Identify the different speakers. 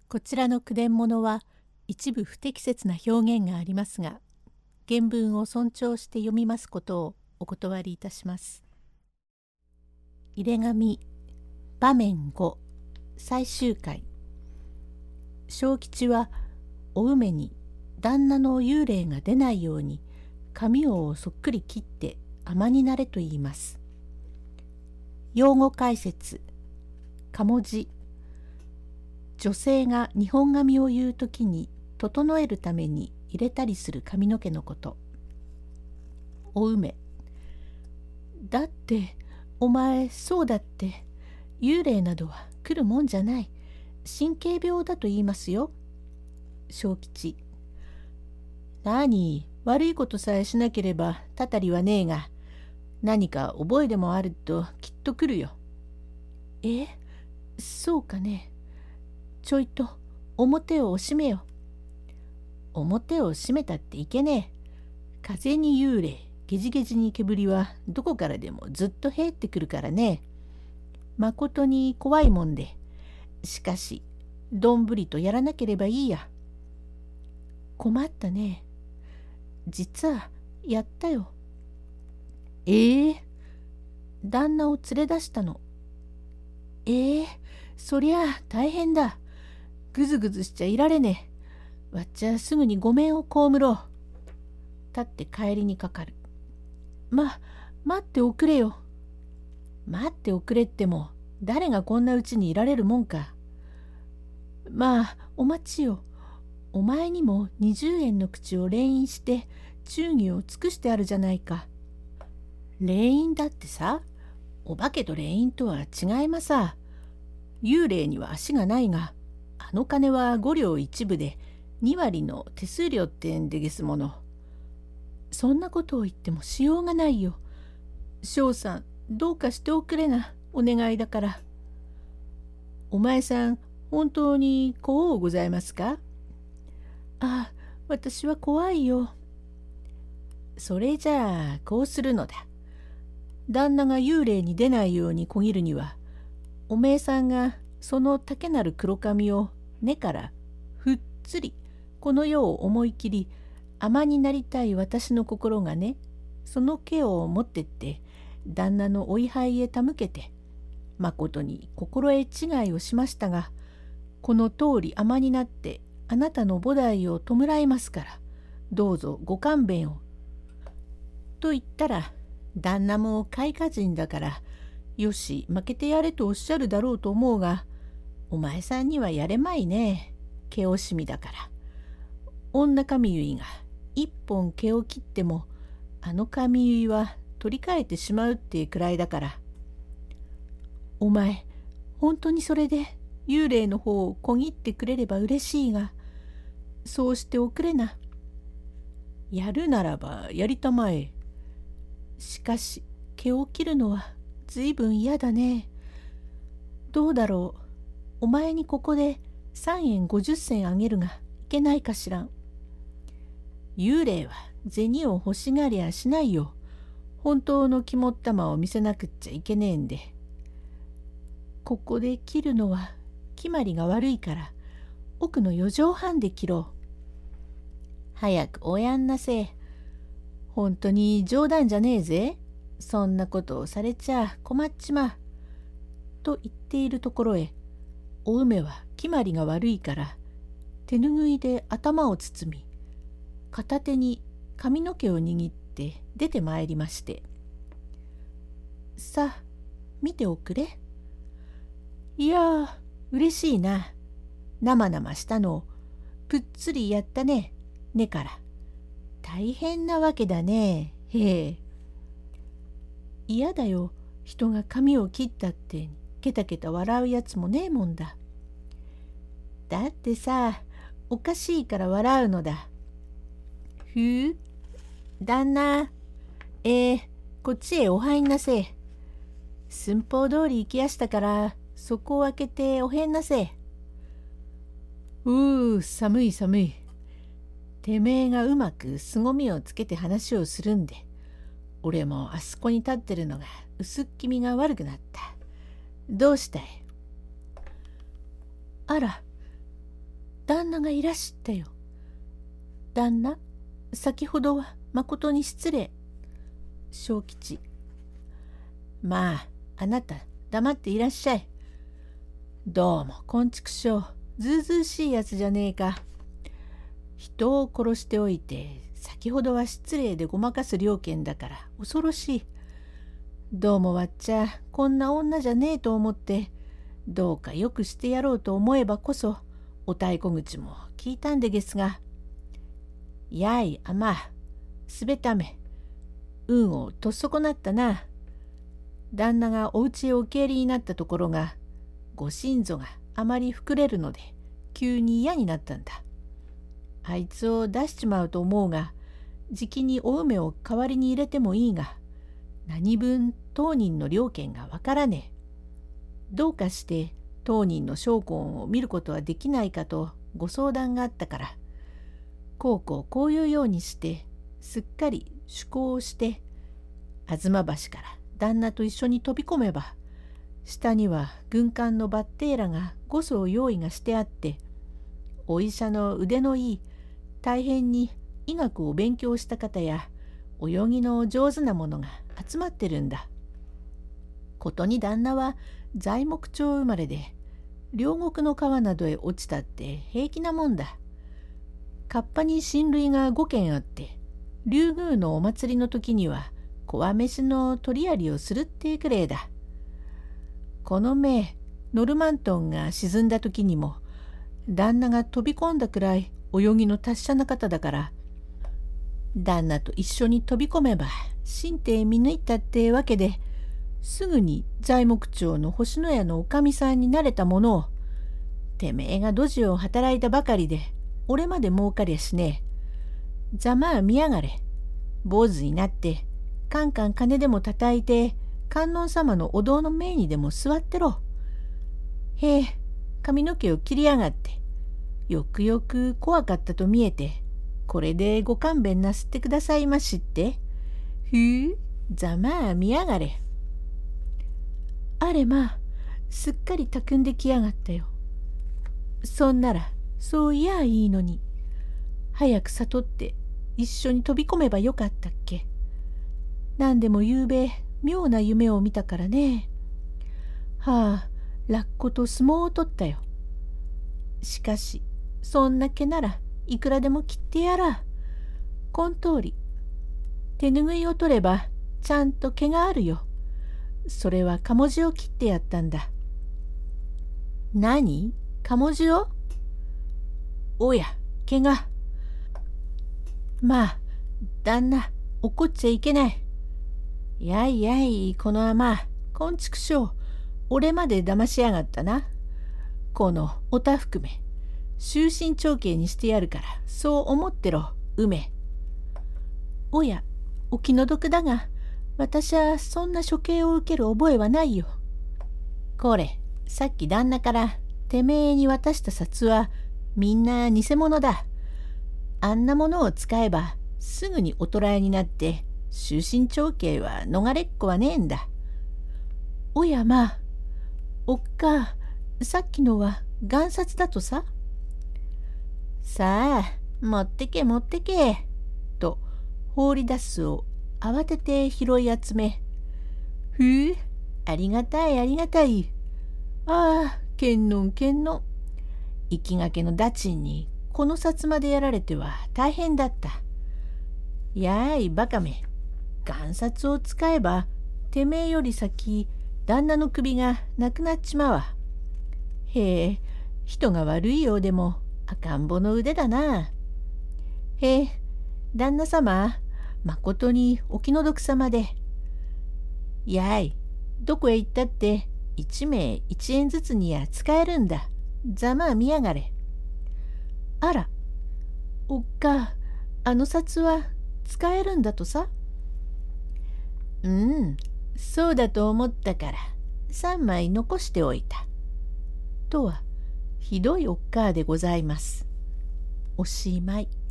Speaker 1: こちらの句伝物は一部不適切な表現がありますが、原文を尊重して読みますことをお断りいたします。入れ紙場面5最終回。正吉はお梅に旦那の幽霊が出ないように髪をそっくり切って尼になれと言います。用語解説。かもじ。女性が日本髪を言うときに整えるために入れたりする髪の毛のこと。お梅。だってお前そうだって、幽霊などは来るもんじゃない、神経病だと言いますよ。正吉。何、悪いことさえしなければたたりはねえが、何か覚えでもあるときっと来るよ。そうかね。ちょいと表を閉めよ。表を閉めたっていけねえ。風に幽霊、ゲジゲジに煙はどこからでもずっと入ってくるからね。まことに怖いもんで。しかしどんぶりとやらなければいいや。困ったね。実はやったよ。旦那を連れ出したの。そりゃあ大変だ。ぐずぐずしちゃいられねえ。わっちゃすぐにごめんを被ろう。立って帰りにかかる。待っておくれよ。待っておくれっても誰がこんなうちにいられるもんか。お待ちよ。お前にも20円の口を霊印して忠義を尽くしてあるじゃないか。霊印だってさ、お化けと霊印とは違いまさ。幽霊には足がないが、あの金は5両1分で2割の手数料ってんでげすもの。そんなことを言ってもしようがないよ。翔さん、どうかしておくれな、お願いだから。お前さん、本当に怖うございますか？私は怖いよ。それじゃあこうするのだ。旦那が幽霊に出ないようにこぎるには、おめえさんがその竹なる黒髪を根からふっつりこの世を思い切り尼になりたい私の心がね、その毛を持ってって旦那のお位牌へ手向けて、まことに心得違いをしましたが、この通り尼になってあなたの菩提を弔いますから、どうぞご勘弁を。と言ったら、旦那も開花人だから、よし負けてやれとおっしゃるだろうと思うが、お前さんにはやれまいね。毛惜しみだから。女髪結いが一本毛を切っても、あの髪結いは取り替えてしまうってくらいだから。お前、本当にそれで幽霊の方をこぎってくれれば嬉しいが、そうしておくれな。やるならばやりたまえ。しかし毛を切るのはずいぶん嫌だね。どうだろう。お前にここで3円50銭あげるがいけないかしらん。幽霊は銭を欲しがりゃしないよ。本当の肝っ玉を見せなくっちゃいけねえんで。ここで切るのは決まりが悪いから、奥の4畳半で切ろう。早くおやんなせえ。本当に冗談じゃねえぜ。そんなことをされちゃ困っちまう。と言っているところへ、お梅は決まりが悪いから手拭いで頭を包み、片手に髪の毛を握って出てまいりまして、さあ見ておくれ。いやー、嬉しいな。生々したのをぷっつりやったね、根から。大変なわけだね。へえ。嫌だよ、人が髪を切ったってケタケタ笑うやつもねえもんだ。だってさ、おかしいから笑うのだ。旦那、こっちへお入んなせえ。寸法通り行きやしたから、そこを開けておへんなせえ。寒い寒い。てめえがうまく凄みをつけて話をするんで、俺もあそこに立ってるのが薄っ気味が悪くなった。どうしたい？あら、 旦那がいらっしゃったよ。旦那、先ほどはまことに失礼。正吉。まあ、あなた黙っていらっしゃい。どうもこんちくしょう、ずうずうしいやつじゃねえか。人を殺しておいて、先ほどは失礼でごまかす了見だから恐ろしい。どうもわっちゃこんな女じゃねえと思って、どうかよくしてやろうと思えばこそ、お太鼓口も聞いたんでげすが。やいあますべため、運をとっそこなったな。旦那がお家へお帰りになったところが、ご心臓があまり膨れるので、急に嫌になったんだ。あいつを出しちまうと思うが、じきにお梅を代わりに入れてもいいが、何分当人の了見がわからねえ。どうかして当人の証拠を見ることはできないかとご相談があったから、こういうようにして、すっかり趣向をして、吾妻橋から旦那と一緒に飛び込めば、下には軍艦のバッテーラが5艘用意がしてあって、お医者の腕のいい、大変に医学を勉強した方や、泳ぎの上手な者が集まってるんだ。ことに旦那は材木町生まれで、両国の川などへ落ちたって平気なもんだ。かっぱに親類が5軒あって、竜宮のお祭りの時には小わ飯の取りやりをするってくれえだ。この前ノルマントンが沈んだ時にも、旦那が飛び込んだくらい泳ぎの達者な方だから、旦那と一緒に飛び込めば身体見抜いたってわけで、すぐに材木町の星の屋のおかみさんになれたものを、てめえがドジを働いたばかりで俺まで儲かりゃしねえ。ざまあ見やがれ。坊主になってカンカン金でも叩いて、観音様のお堂の前にでも座ってろ。へえ、髪の毛を切りやがって、よくよく怖かったと見えて、これでご勘弁なすってくださいましって。ふう、ざまあ見やがれ。あれまあ、すっかりたくんできやがったよ。そんなら、そういやいいのに。早く悟って一緒に飛び込めばよかったっけ。なんでもゆうべ、妙な夢を見たからね。はあ、ラッコと相撲を取ったよ。しかし、そんな毛ならいくらでも切ってやら。こん通り。手ぬぐいを取ればちゃんと毛があるよ。それはカモジを切ってやったんだ。何？カモジを？おや、毛が。まあ、旦那、怒っちゃいけない。やいやい、この甘、こんちくしょう、俺まで騙しやがったな。このおたふくめ、終身長刑にしてやるから、そう思ってろ、梅。おや、お気の毒だが、私はそんな処刑を受ける覚えはないよ。これ、さっき旦那からてめえに渡した札はみんな偽物だ。あんなものを使えばすぐにお捕らえになって終身長刑は逃れっこはねえんだ。おやまあ、おっか、さっきのは贋札だとさ。さあ、持ってけ持ってけ、と放り出すを慌てて拾い集め、ふう、ありがたいありがたい。ああ、けんのんけんのん。行きがけの駄賃にこの札までやられては大変だった。やいバカめ、贋札を使えばてめえより先旦那の首がなくなっちまわ。へえ、人が悪いようでも赤ん坊の腕だな。へえ、旦那様、まことにお気の毒様で。やい、どこへ行ったって一名一円ずつには使えるんだ。ざまあ見やがれ。あら、おっか、あの札は使えるんだとさ。うん、そうだと思ったから3枚残しておいた。とはひどいおっかでございます。おしまい。